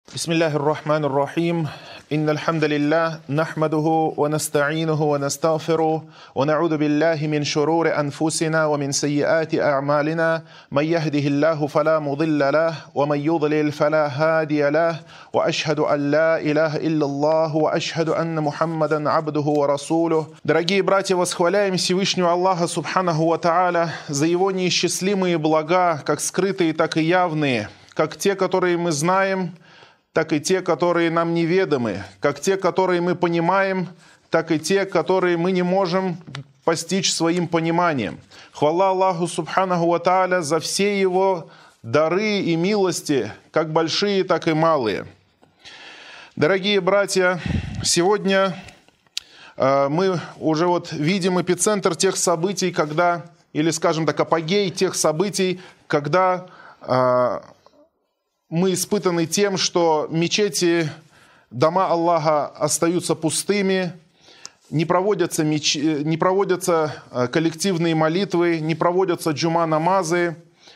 بسم الله الرحمن الرحيم إن الحمد لله نحمده ونستعينه ونستغفره ونعوذ بالله من شرور أنفسنا ومن سيئات أعمالنا من يهده الله فلا مضل له ومن يضلل فلا هادي له وأشهد أن لا إله إلا الله وأشهد أن محمدا عبده ورسوله. Дорогие братья, восхваляем Всевышнего Аллаха Субханаху ва Тааля за Его неисчислимые блага, как скрытые, так и явные, как те, которые мы знаем, так и те, которые нам неведомы, как те, которые мы понимаем, так и те, которые мы не можем постичь своим пониманием. Хвала Аллаху Субханаху ва Тааля за все Его дары и милости, как большие, так и малые. Дорогие братья, сегодня мы уже видим эпицентр тех событий, когда, или, скажем так, апогей тех событий, когда мы испытаны тем, что мечети, дома Аллаха остаются пустыми, не проводятся коллективные молитвы, не проводятся джума-намазы.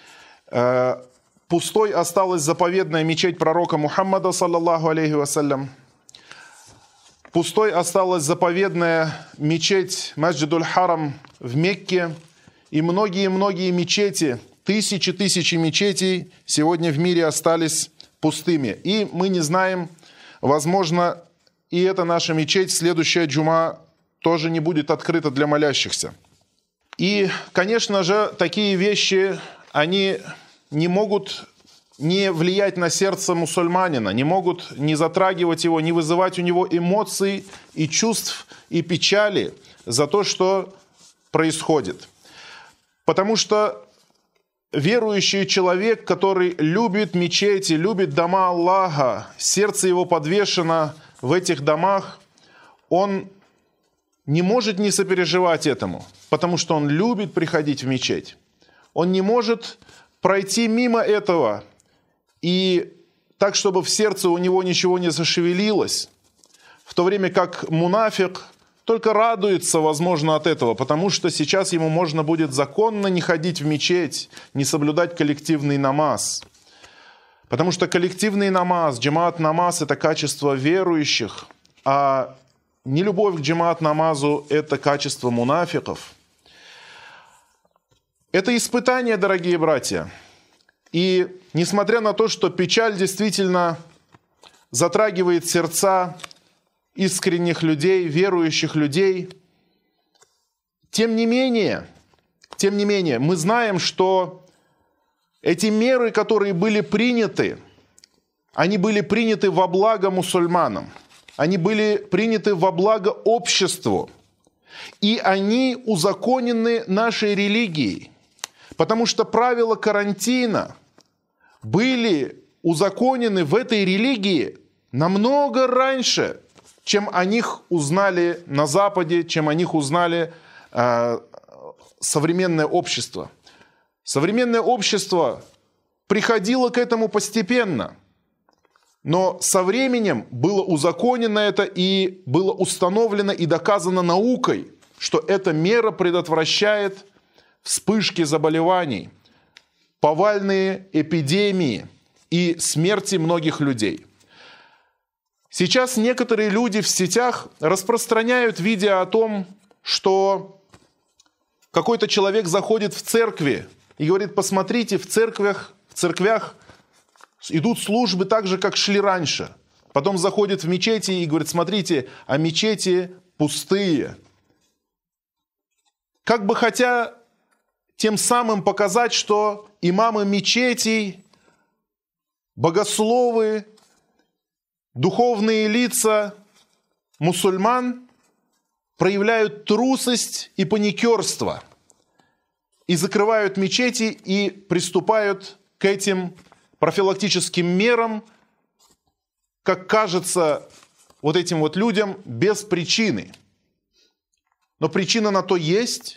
Пустой осталась заповедная мечеть пророка Мухаммада, саллаллаху алейхи вассалям. Пустой осталась заповедная мечеть Масджидуль-Харам в Мекке. И многие-многие мечети, тысячи мечетей сегодня в мире остались пустыми. И мы не знаем, возможно, и эта наша мечеть, следующая джума, тоже не будет открыта для молящихся. И, конечно же, такие вещи, они не могут не влиять на сердце мусульманина, не могут не затрагивать его, не вызывать у него эмоций и чувств и печали за то, что происходит. Потому что верующий человек, который любит мечети, любит дома Аллаха, сердце его подвешено в этих домах, он не может не сопереживать этому, потому что он любит приходить в мечеть. Он не может пройти мимо этого, и так, чтобы в сердце у него ничего не зашевелилось, в то время как мунафик только радуется, возможно, от этого, потому что сейчас ему можно будет законно не ходить в мечеть, не соблюдать коллективный намаз. Потому что коллективный намаз, джамаат-намаз – это качество верующих, а нелюбовь к джамаат-намазу – это качество мунафиков. Это испытание, дорогие братья. И несмотря на то, что печаль действительно затрагивает сердца искренних людей, верующих людей, тем не менее, мы знаем, что эти меры, которые были приняты, они были приняты во благо мусульманам, они были приняты во благо обществу, и они узаконены нашей религией, потому что правила карантина были узаконены в этой религии намного раньше, чем о них узнали на Западе, чем о них узнали современное общество. Современное общество приходило к этому постепенно, но со временем было узаконено это и было установлено и доказано наукой, что эта мера предотвращает вспышки заболеваний, повальные эпидемии и смерти многих людей. Сейчас некоторые люди в сетях распространяют видео о том, что какой-то человек заходит в церкви и говорит: посмотрите, в церквях идут службы так же, как шли раньше. Потом заходит в мечети и говорит: смотрите, а мечети пустые. Как бы хотя тем самым показать, что имамы мечетей, богословы, духовные лица мусульман проявляют трусость и паникерство и закрывают мечети и приступают к этим профилактическим мерам, как кажется этим людям, без причины. Но причина на то есть,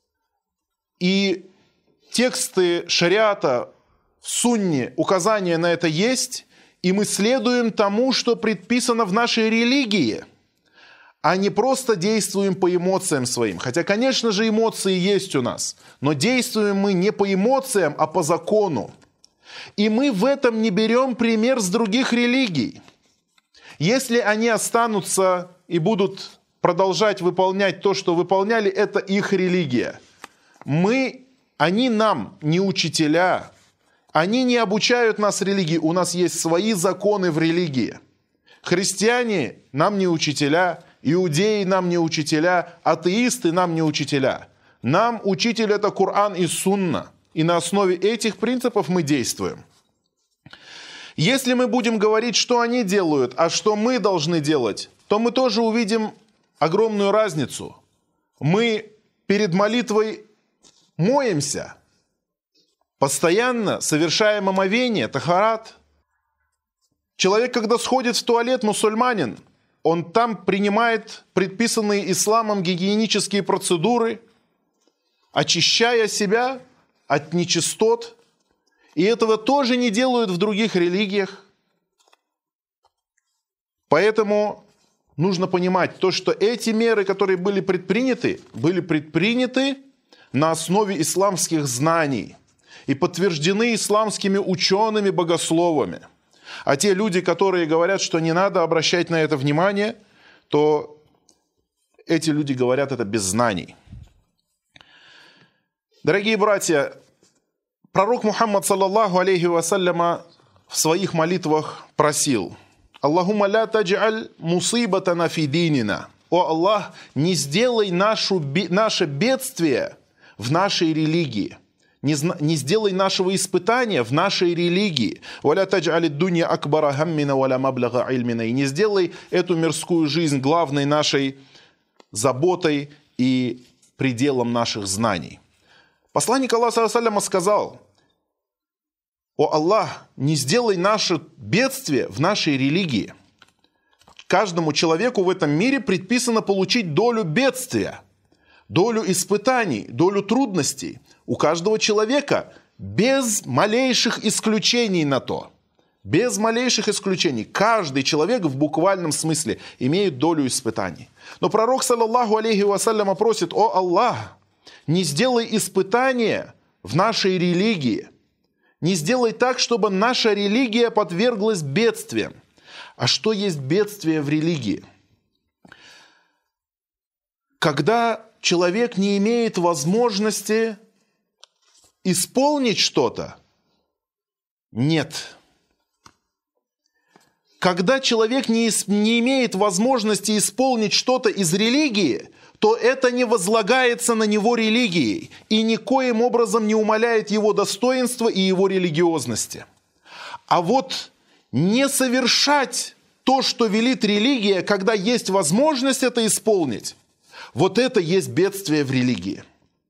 и тексты шариата в сунне, указания на это есть, и мы следуем тому, что предписано в нашей религии, а не просто действуем по эмоциям своим. Хотя, конечно же, эмоции есть у нас, но действуем мы не по эмоциям, а по закону. И мы в этом не берем пример с других религий. Если они останутся и будут продолжать выполнять то, что выполняли, это их религия. Они нам не учителя, они не обучают нас религии, у нас есть свои законы в религии. Христиане нам не учителя, иудеи нам не учителя, атеисты нам не учителя. Нам учитель – это Коран и Сунна, и на основе этих принципов мы действуем. Если мы будем говорить, что они делают, а что мы должны делать, то мы тоже увидим огромную разницу. Мы перед молитвой моемся, постоянно совершаем омовение, тахарат. Человек, когда сходит в туалет, мусульманин, он там принимает предписанные исламом гигиенические процедуры, очищая себя от нечистот. И этого тоже не делают в других религиях. Поэтому нужно понимать то, что эти меры, которые были предприняты на основе исламских знаний и подтверждены исламскими учеными, богословами. А те люди, которые говорят, что не надо обращать на это внимание, то эти люди говорят это без знаний. Дорогие братья, пророк Мухаммад, саллаллаху алейхи вассаляма, в своих молитвах просил: «Аллахумма ля тадж'аль мусибатана фи динина». «О Аллах, не сделай наше бедствие в нашей религии». Не сделай нашего испытания в нашей религии. «Валя тадж'аль ад-дунья акбара хаммина валя маблага ильмина». И не сделай эту мирскую жизнь главной нашей заботой и пределом наших знаний. Посланник Аллаха саллаллаху алейхи ва саллям сказал: «О Аллах, не сделай наше бедствие в нашей религии». Каждому человеку в этом мире предписано получить долю бедствия, долю испытаний, долю трудностей. У каждого человека без малейших исключений на то. Без малейших исключений. Каждый человек в буквальном смысле имеет долю испытаний. Но пророк, саллаллаху алейхи вассаляма, просит: «О Аллах, не сделай испытания в нашей религии. Не сделай так, чтобы наша религия подверглась бедствиям». А что есть бедствие в религии? Когда человек не имеет возможности исполнить что-то? Нет. Когда человек не имеет возможности исполнить что-то из религии, то это не возлагается на него религией и никоим образом не умаляет его достоинства и его религиозности. А вот не совершать то, что велит религия, когда есть возможность это исполнить, вот это есть бедствие в религии.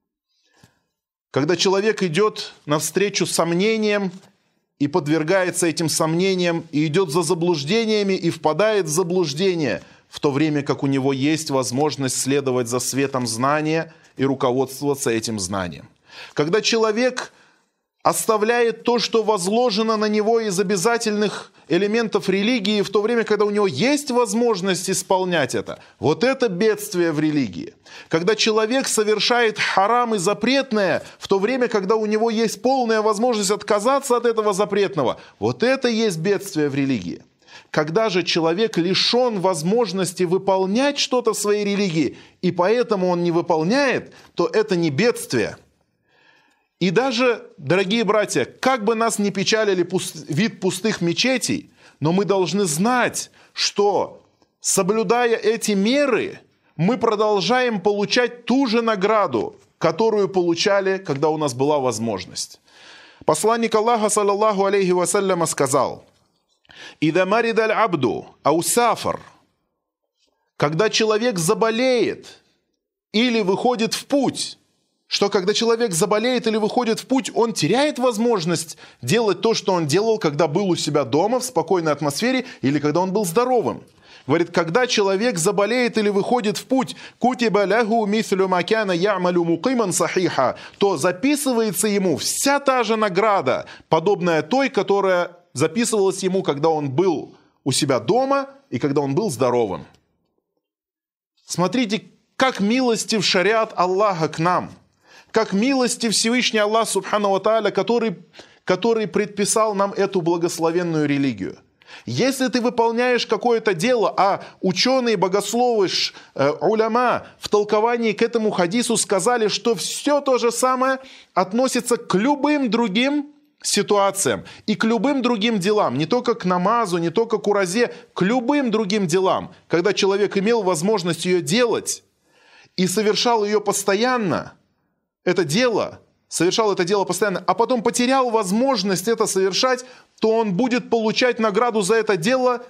Когда человек идет навстречу сомнениям и подвергается этим сомнениям, и идет за заблуждениями и впадает в заблуждение, в то время как у него есть возможность следовать за светом знания и руководствоваться этим знанием. Когда человек оставляет то, что возложено на него из обязательных элементов религии, в то время, когда у него есть возможность исполнять это. Вот это бедствие в религии. Когда человек совершает харам и запретное, в то время, когда у него есть полная возможность отказаться от этого запретного. Вот это есть бедствие в религии. Когда же человек лишен возможности выполнять что-то в своей религии, и поэтому он не выполняет, то это не бедствие. И даже, дорогие братья, как бы нас ни печалили вид пустых мечетей, но мы должны знать, что, соблюдая эти меры, мы продолжаем получать ту же награду, которую получали, когда у нас была возможность. Посланник Аллаха, саллаллаху алейхи вассаляма, сказал: «Ида маридаль абду ау сафар», когда человек заболеет или выходит в путь, что когда человек заболеет или выходит в путь, он теряет возможность делать то, что он делал, когда был у себя дома в спокойной атмосфере или когда он был здоровым. Говорит, когда человек заболеет или выходит в путь, «Кутиба лаху мислю макяна я'малю мукиман сахиха», то записывается ему вся та же награда, подобная той, которая записывалась ему, когда он был у себя дома и когда он был здоровым. Смотрите, как милостив шариат Аллаха к нам. Как милостив Всевышний Аллах Субхану ва Тааля, который который предписал нам эту благословенную религию. Если ты выполняешь какое-то дело, а ученые, богословы, уляма в толковании к этому хадису сказали, что все то же самое относится к любым другим ситуациям и к любым другим делам, не только к намазу, не только к уразе, к любым другим делам, когда человек имел возможность ее делать и совершал ее постоянно, совершал это дело постоянно, а потом потерял возможность это совершать, то он будет получать награду за это дело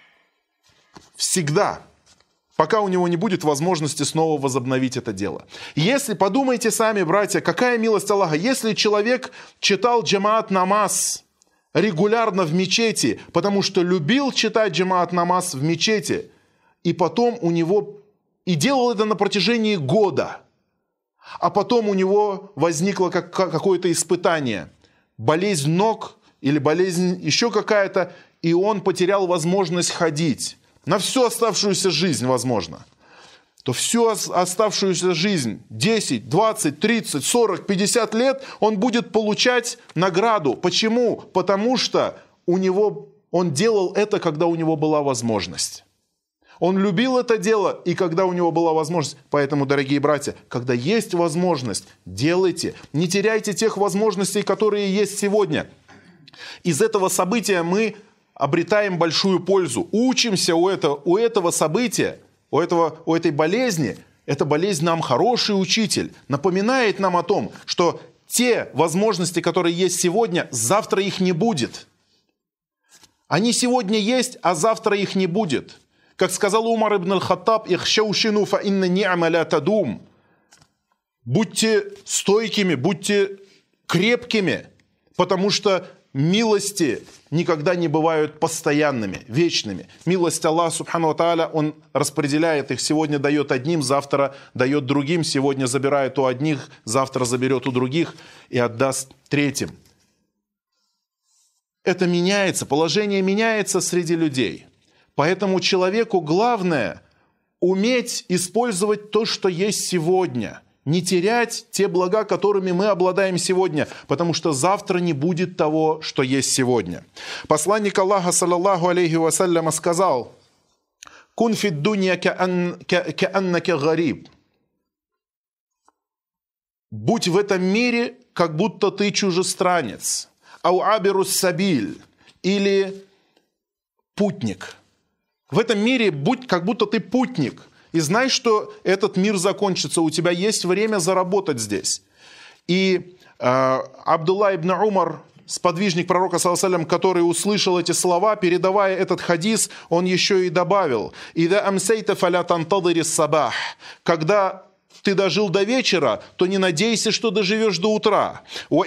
всегда, пока у него не будет возможности снова возобновить это дело. Если, подумайте сами, братья, какая милость Аллаха, если человек читал джамаат намаз регулярно в мечети, потому что любил читать джамаат намаз в мечети, и потом у него, и делал это на протяжении года, а потом у него возникло какое-то испытание, болезнь ног или болезнь еще какая-то, и он потерял возможность ходить на всю оставшуюся жизнь, возможно, то всю оставшуюся жизнь, 10, 20, 30, 40, 50 лет, он будет получать награду. Почему? Потому что он делал это, когда у него была возможность. Он любил это дело, и когда у него была возможность. Поэтому, дорогие братья, когда есть возможность, делайте. Не теряйте тех возможностей, которые есть сегодня. Из этого события мы обретаем большую пользу. Учимся у этого события, у этой болезни. Эта болезнь нам хороший учитель. Напоминает нам о том, что те возможности, которые есть сегодня, завтра их не будет. Они сегодня есть, а завтра их не будет. Как сказал Умар ибн аль-Хаттаб, «Ихшаушину фа инна ни'ма ла тадум». Будьте стойкими, будьте крепкими, потому что милости никогда не бывают постоянными, вечными. Милость Аллаха, субхану ва тааля, Он распределяет их. Сегодня дает одним, завтра дает другим. Сегодня забирает у одних, завтра заберет у других и отдаст третьим. Это меняется, положение меняется среди людей. Поэтому человеку главное уметь использовать то, что есть сегодня. Не терять те блага, которыми мы обладаем сегодня, потому что завтра не будет того, что есть сегодня. Посланник Аллаха, саллаллаху алейхи вассаляма, сказал: «Кун фид дунья кааннака гариб». Будь в этом мире, как будто ты чужестранец. Ау абирус сабиль, или путник. В этом мире будь, как будто ты путник. И знай, что этот мир закончится. У тебя есть время заработать здесь. И Абдулла ибн Умар, сподвижник пророка, саллаллаху алейхи ва саллям, который услышал эти слова, передавая этот хадис, он еще и добавил: «Ида амсейта фаля тантадири сабах». Когда ты дожил до вечера, то не надейся, что доживешь до утра.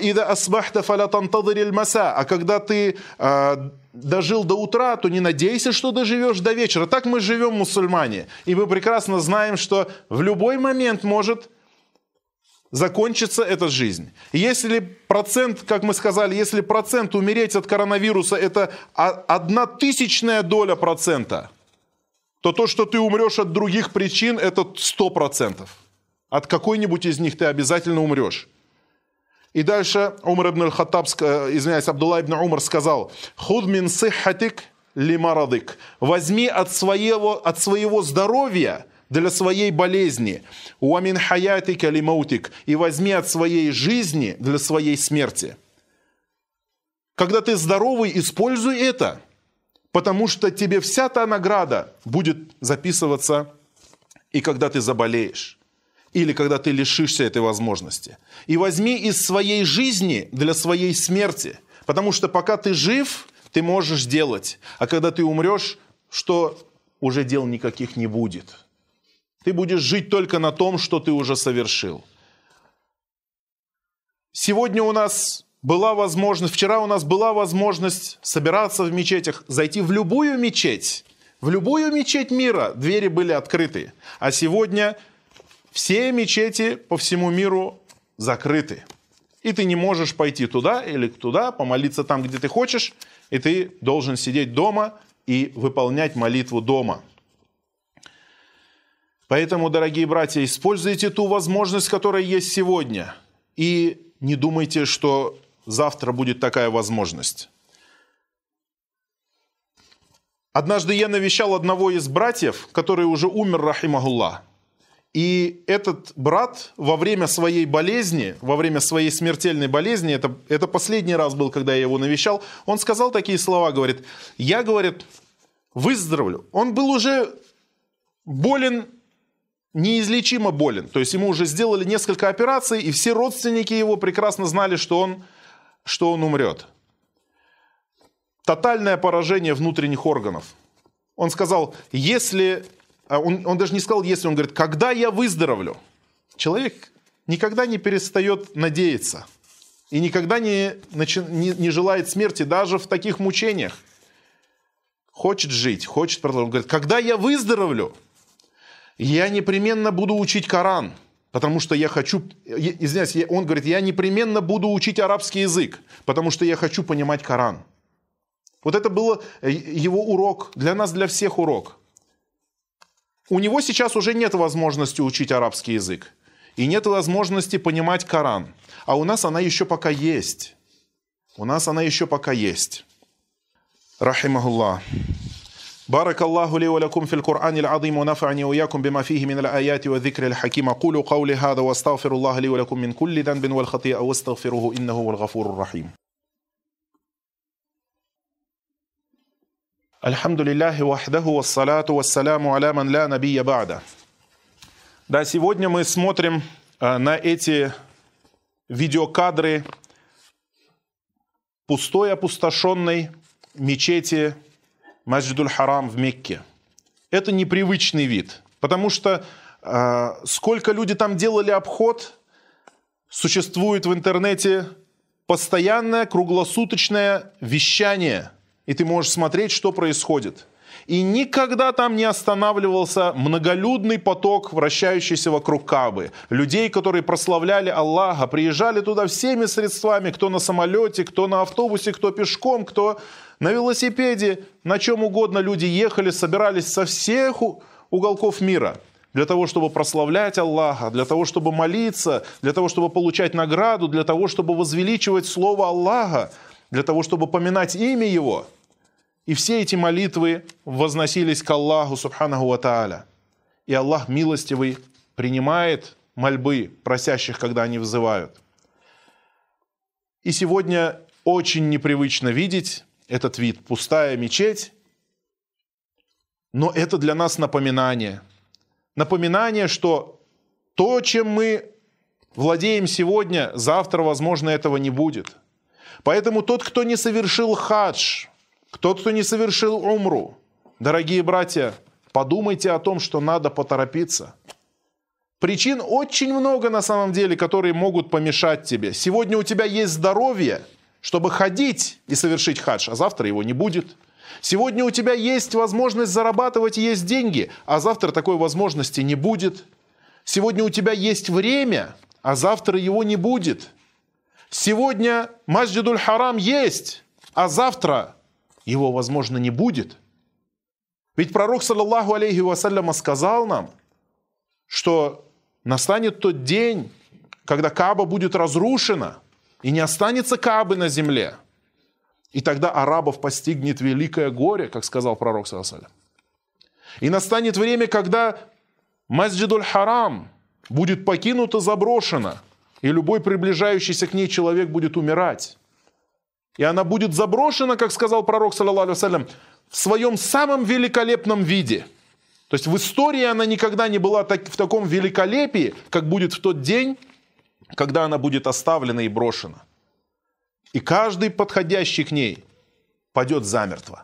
А когда ты дожил до утра, то не надейся, что доживешь до вечера. Так мы живем, мусульмане. И мы прекрасно знаем, что в любой момент может закончится эта жизнь. Если процент, как мы сказали, если процент умереть от коронавируса это 0,01 доля процента, то то, что ты умрешь от других причин, это 100%. От какой-нибудь из них ты обязательно умрешь. И дальше Умар ибн аль-Хаттаб, Абдулла ибн Умар сказал: «Худ мин сиххатик ли марадик». Возьми от своего здоровья для своей болезни. Уа мин хаятика ли маутик. И возьми от своей жизни для своей смерти. Когда ты здоровый, используй это, потому что тебе вся та награда будет записываться и когда ты заболеешь. Или когда ты лишишься этой возможности. И возьми из своей жизни для своей смерти. Потому что пока ты жив, ты можешь делать. А когда ты умрешь, что уже дел никаких не будет. Ты будешь жить только на том, что ты уже совершил. Сегодня у нас была возможность, вчера у нас была возможность собираться в мечетях, зайти в любую мечеть. В любую мечеть мира двери были открыты. А сегодня все мечети по всему миру закрыты. И ты не можешь пойти туда или туда, помолиться там, где ты хочешь, и ты должен сидеть дома и выполнять молитву дома. Поэтому, дорогие братья, используйте ту возможность, которая есть сегодня. И не думайте, что завтра будет такая возможность. Однажды я навещал одного из братьев, который уже умер, рахимахуллах. И этот брат во время своей болезни, во время своей смертельной болезни, это последний раз был, когда я его навещал, он сказал такие слова, говорит, я, говорит, выздоровлю. Он был уже болен, неизлечимо болен. То есть ему уже сделали несколько операций, и все родственники его прекрасно знали, что он умрет. Тотальное поражение внутренних органов. Он сказал, если... Он даже не сказал, если, он говорит, когда я выздоровлю. Человек никогда не перестает надеяться. И никогда не желает смерти, даже в таких мучениях. Хочет жить, хочет продолжать. Он говорит, когда я выздоровлю, я непременно буду учить Коран. Потому что я хочу... Извиняюсь, он говорит, я непременно буду учить арабский язык. Потому что я хочу понимать Коран. Вот это был его урок. Для нас, для всех урок. У него сейчас уже нет возможности учить арабский язык. И нет возможности понимать Коран. А у нас она еще пока есть. У нас она еще пока есть. Рахимахуллах. بارك الله لي ولكم في القرآن العظيم ونفعني وإياكم بما فيه من الآيات والذكر الحكيم أقول قولي هذا واستغفر الله لي ولكم من كل ذنب والخطيئة واستغفروه إنه هو الغفور الرحيم. الحمد لله وحده والصلاة والسلام على من لا نبي بعده. Да, сегодня мы смотрим на эти видеокадры пустой, опустошенной мечети Масджидуль Харам в Мекке. Это непривычный вид, потому что сколько люди там делали обход, существует в интернете постоянное круглосуточное вещание, и ты можешь смотреть, что происходит. И никогда там не останавливался многолюдный поток, вращающийся вокруг Каабы. Людей, которые прославляли Аллаха, приезжали туда всеми средствами, кто на самолете, кто на автобусе, кто пешком, кто на велосипеде, на чем угодно люди ехали, собирались со всех уголков мира для того, чтобы прославлять Аллаха, для того, чтобы молиться, для того, чтобы получать награду, для того, чтобы возвеличивать слово Аллаха, для того, чтобы поминать имя Его. И все эти молитвы возносились к Аллаху, субханаху ва тааля. И Аллах милостивый принимает мольбы просящих, когда они взывают. И сегодня очень непривычно видеть этот вид. Пустая мечеть. Но это для нас напоминание. Напоминание, что то, чем мы владеем сегодня, завтра, возможно, этого не будет. Поэтому тот, кто не совершил хадж, тот, кто не совершил умру, дорогие братья, подумайте о том, что надо поторопиться. Причин очень много на самом деле, которые могут помешать тебе. Сегодня у тебя есть здоровье, чтобы ходить и совершить хадж, а завтра его не будет. Сегодня у тебя есть возможность зарабатывать и есть деньги, а завтра такой возможности не будет. Сегодня у тебя есть время, а завтра его не будет. Сегодня Масджидуль Харам есть, а завтра его, возможно, не будет. Ведь пророк, саллаллаху алейхи вассаляма, сказал нам, что настанет тот день, когда Кааба будет разрушена, и не останется Каабы на земле. И тогда арабов постигнет великое горе, как сказал пророк, саллаллаху алейхи вассалям. И настанет время, когда Масджидуль Харам будет покинута, заброшена, и любой приближающийся к ней человек будет умирать. И она будет заброшена, как сказал пророк, саллаллаху алейхи вассалям, в своем самом великолепном виде. То есть в истории она никогда не была в таком великолепии, как будет в тот день, когда она будет оставлена и брошена. И каждый подходящий к ней падет замертво.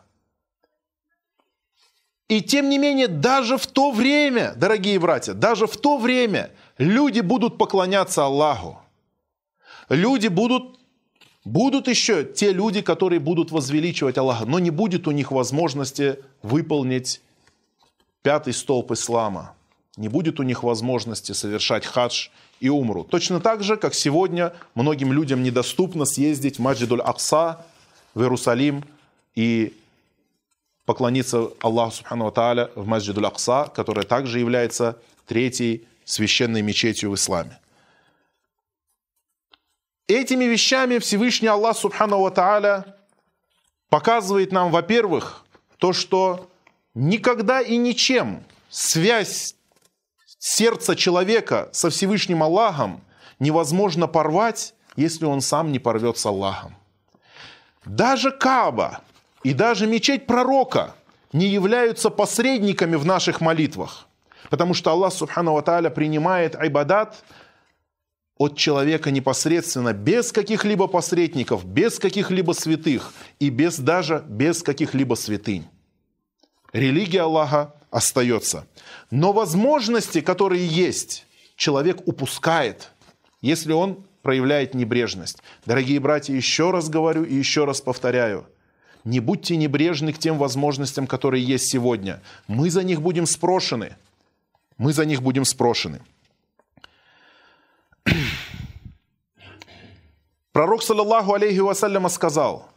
И тем не менее, даже в то время, дорогие братья, даже в то время люди будут поклоняться Аллаху. Люди будут еще те люди, которые будут возвеличивать Аллаха, но не будет у них возможности выполнить 5-й столб ислама. Не будет у них возможности совершать хадж и умру. Точно так же, как сегодня многим людям недоступно съездить в Масджидуль Акса, в Иерусалим и поклониться Аллаху субхану ва тааля в Масджидуль Акса, которая также является 3-й священной мечетью в исламе. Этими вещами Всевышний Аллах Субхану ва Тааля показывает нам, во-первых, то, что никогда и ничем связь сердца человека со Всевышним Аллахом невозможно порвать, если он сам не порвет с Аллахом. Даже Кааба и даже мечеть пророка не являются посредниками в наших молитвах, потому что Аллах Субхану ва Тааля принимает айбадат от человека непосредственно, без каких-либо посредников, без каких-либо святых и даже без каких-либо святынь. Религия Аллаха остается. Но возможности, которые есть, человек упускает, если он проявляет небрежность. Дорогие братья, еще раз говорю и еще раз повторяю. Не будьте небрежны к тем возможностям, которые есть сегодня. Мы за них будем спрошены. Мы за них будем спрошены. Пророк, саллаллаху алейхи вассаляма, сказал,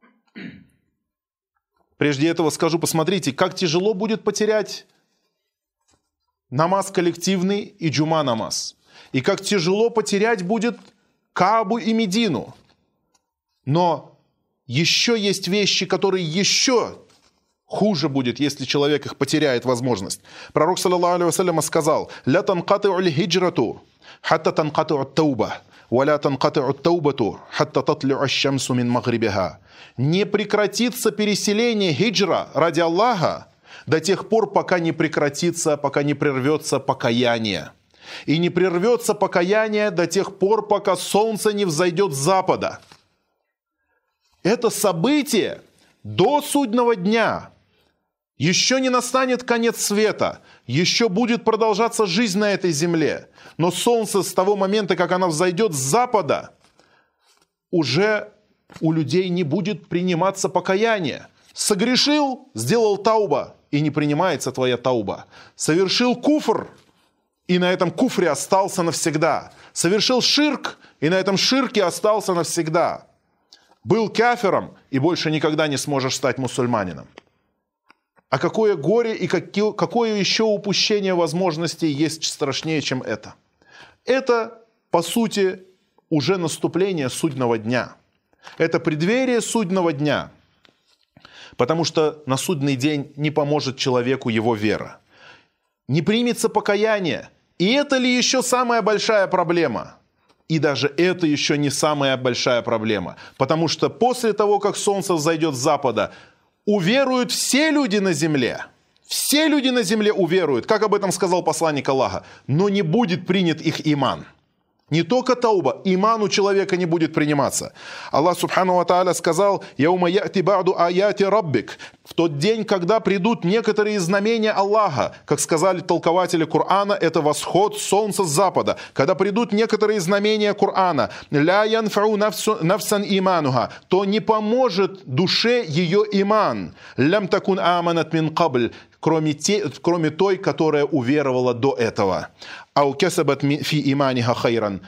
прежде этого скажу, посмотрите, как тяжело будет потерять намаз коллективный и джума намаз. И как тяжело потерять будет Каабу и Медину. Но еще есть вещи, которые еще хуже будет, если человек их потеряет возможность. Пророк, саллаллаху алейхи вассаляма, сказал, «Ля танкати'у ль-хиджрату, хатта танкати'у ат-тауба, ва ля танкати'у ат-таубату, хатта татли'у аш-шамсу мин магрибиха». Не прекратится переселение хиджра ради Аллаха до тех пор, пока не прекратится, пока не прервется покаяние. И не прервется покаяние до тех пор, пока солнце не взойдет с запада. Это событие до судного дня. Еще не настанет конец света. Еще будет продолжаться жизнь на этой земле. Но солнце с того момента, как оно взойдет с запада, уже у людей не будет приниматься покаяние. Согрешил, сделал тауба, и не принимается твоя тауба. Совершил куфр, и на этом куфре остался навсегда. Совершил ширк, и на этом ширке остался навсегда. Был кафиром, и больше никогда не сможешь стать мусульманином. А какое горе и какое еще упущение возможностей есть страшнее, чем это? Это, по сути, уже наступление судного дня. Это преддверие судного дня. Потому что на судный день не поможет человеку его вера. Не примется покаяние. И это ли еще самая большая проблема? И даже это еще не самая большая проблема. Потому что после того, как солнце взойдет с запада, уверуют все люди на земле. Все люди на земле уверуют, как об этом сказал посланник Аллаха. Но не будет принят их иман. Не только тауба, иман у человека не будет приниматься. Аллах Субхану ва Тааля сказал, «Яума я'ти ба'ду аяти раббик». В тот день, когда придут некоторые знамения Аллаха, как сказали толкователи Корана, это восход солнца с запада. Когда придут некоторые знамения Корана, «Ля янфау нафсан имануха», то не поможет душе ее иман. «Лям такун аманат мин кабль», кроме той, которая уверовала до этого. «Ау касабат фи иманиха хайран»,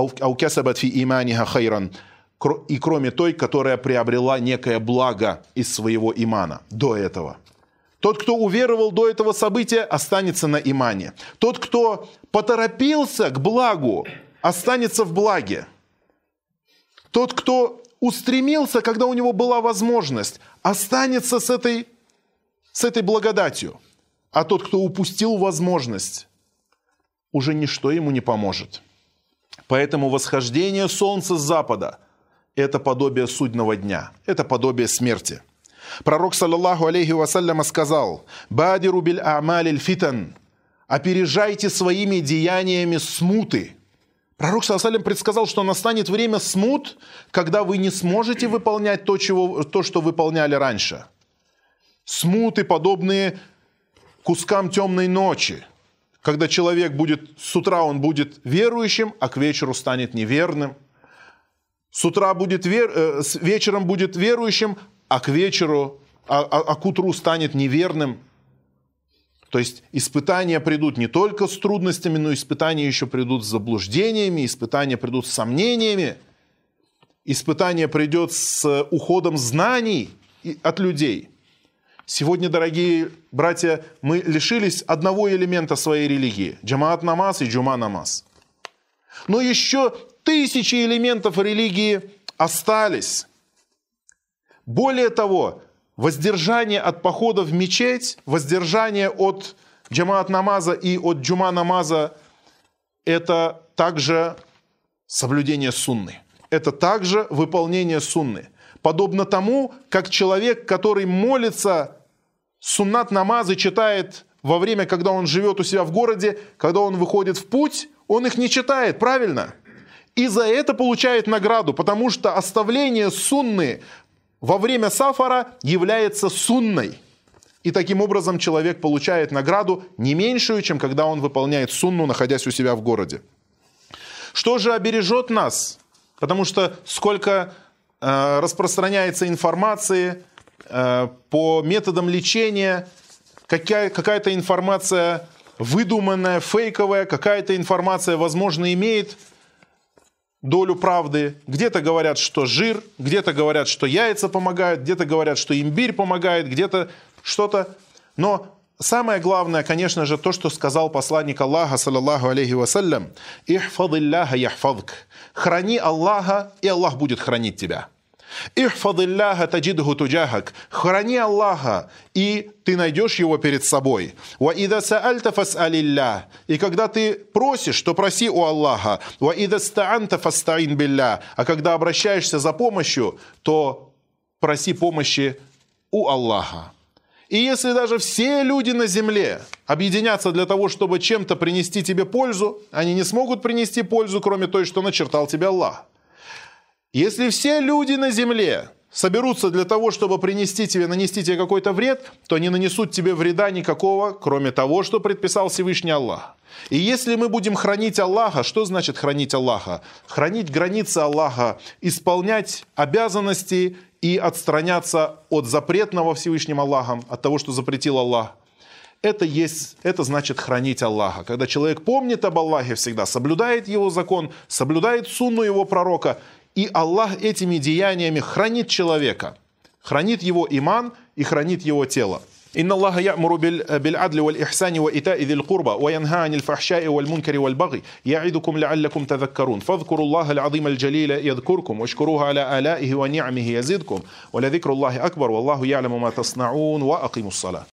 и кроме той, которая приобрела некое благо из своего имана до этого. Тот, кто уверовал до этого события, останется на имане. Тот, кто поторопился к благу, останется в благе. Тот, кто устремился, когда у него была возможность, останется с этой благодатью. А тот, кто упустил возможность, уже ничто ему не поможет. Поэтому восхождение солнца с запада – это подобие судного дня, это подобие смерти. Пророк, саллаллаху алейхи вассаляма, сказал, «Бадиру биль а'малиль фитан», опережайте своими деяниями смуты. Пророк, саллаллаху алейхи вассалям, предсказал, что настанет время смут, когда вы не сможете выполнять то, что выполняли раньше. Смуты, подобные кускам темной ночи, когда человек с утра он будет верующим, а к вечеру станет неверным. С утра вечером будет верующим, а к вечеру, к утру станет неверным. То есть испытания придут не только с трудностями, но испытания еще придут с заблуждениями, испытания придут с сомнениями, испытания придет с уходом знаний от людей. Сегодня, дорогие братья, мы лишились одного элемента своей религии – джамаат намаз и джума намаз. Но еще тысячи элементов религии остались. Более того, воздержание от похода в мечеть, воздержание от джамаат намаза и от джума намаза – это также соблюдение сунны. Это также выполнение сунны. Подобно тому, как человек, который молится, суннат намазы читает во время, когда он живет у себя в городе, когда он выходит в путь, он их не читает, правильно? И за это получает награду, потому что оставление сунны во время сафара является сунной. И таким образом человек получает награду не меньшую, чем когда он выполняет сунну, находясь у себя в городе. Что же обережет нас? Потому что сколько распространяется информации по методам лечения, какая-то информация выдуманная, фейковая, какая-то информация, возможно, имеет долю правды. Где-то говорят, что жир, где-то говорят, что яйца помогают, где-то говорят, что имбирь помогает, где-то что-то. Но самое главное, конечно же, то, что сказал посланник Аллаха, саллаллаху алейхи вассалям: «Ихфадиллаха яхфадк». Храни Аллаха, и Аллах будет хранить тебя. «Ихфадиллаха таджидху туджахак». Храни Аллаха, и ты найдешь его перед собой. «Ва ида саальта фас'алиллах». И когда ты просишь, то проси у Аллаха. «Ва ида стаанта фастаин билля». А когда обращаешься за помощью, то проси помощи у Аллаха. И если даже все люди на земле объединятся для того, чтобы чем-то принести тебе пользу, они не смогут принести пользу, кроме той, что начертал тебе Аллах. Если все люди на земле соберутся для того, чтобы нанести тебе какой-то вред, то не нанесут тебе вреда никакого, кроме того, что предписал Всевышний Аллах. И если мы будем хранить Аллаха, что значит хранить Аллаха? Хранить границы Аллаха, исполнять обязанности и отстраняться от запретного Всевышним Аллахом, от того, что запретил Аллах. Это значит хранить Аллаха. Когда человек помнит об Аллахе всегда, соблюдает его закон, соблюдает сунну его пророка, и Аллах этими деяниями хранит человека, хранит его иман и хранит его тело. إن الله يأمر بالعدل والإحسان وإيتاء ذي القربى وينهى عن الفحشاء والمنكر والبغي يعظكم لعلكم تذكرون فاذكروا الله العظيم الجليل يذكركم واشكروه على آلائه ونعمه يزدكم ولذكر الله أكبر والله يعلم ما تصنعون وأقيموا الصلاة.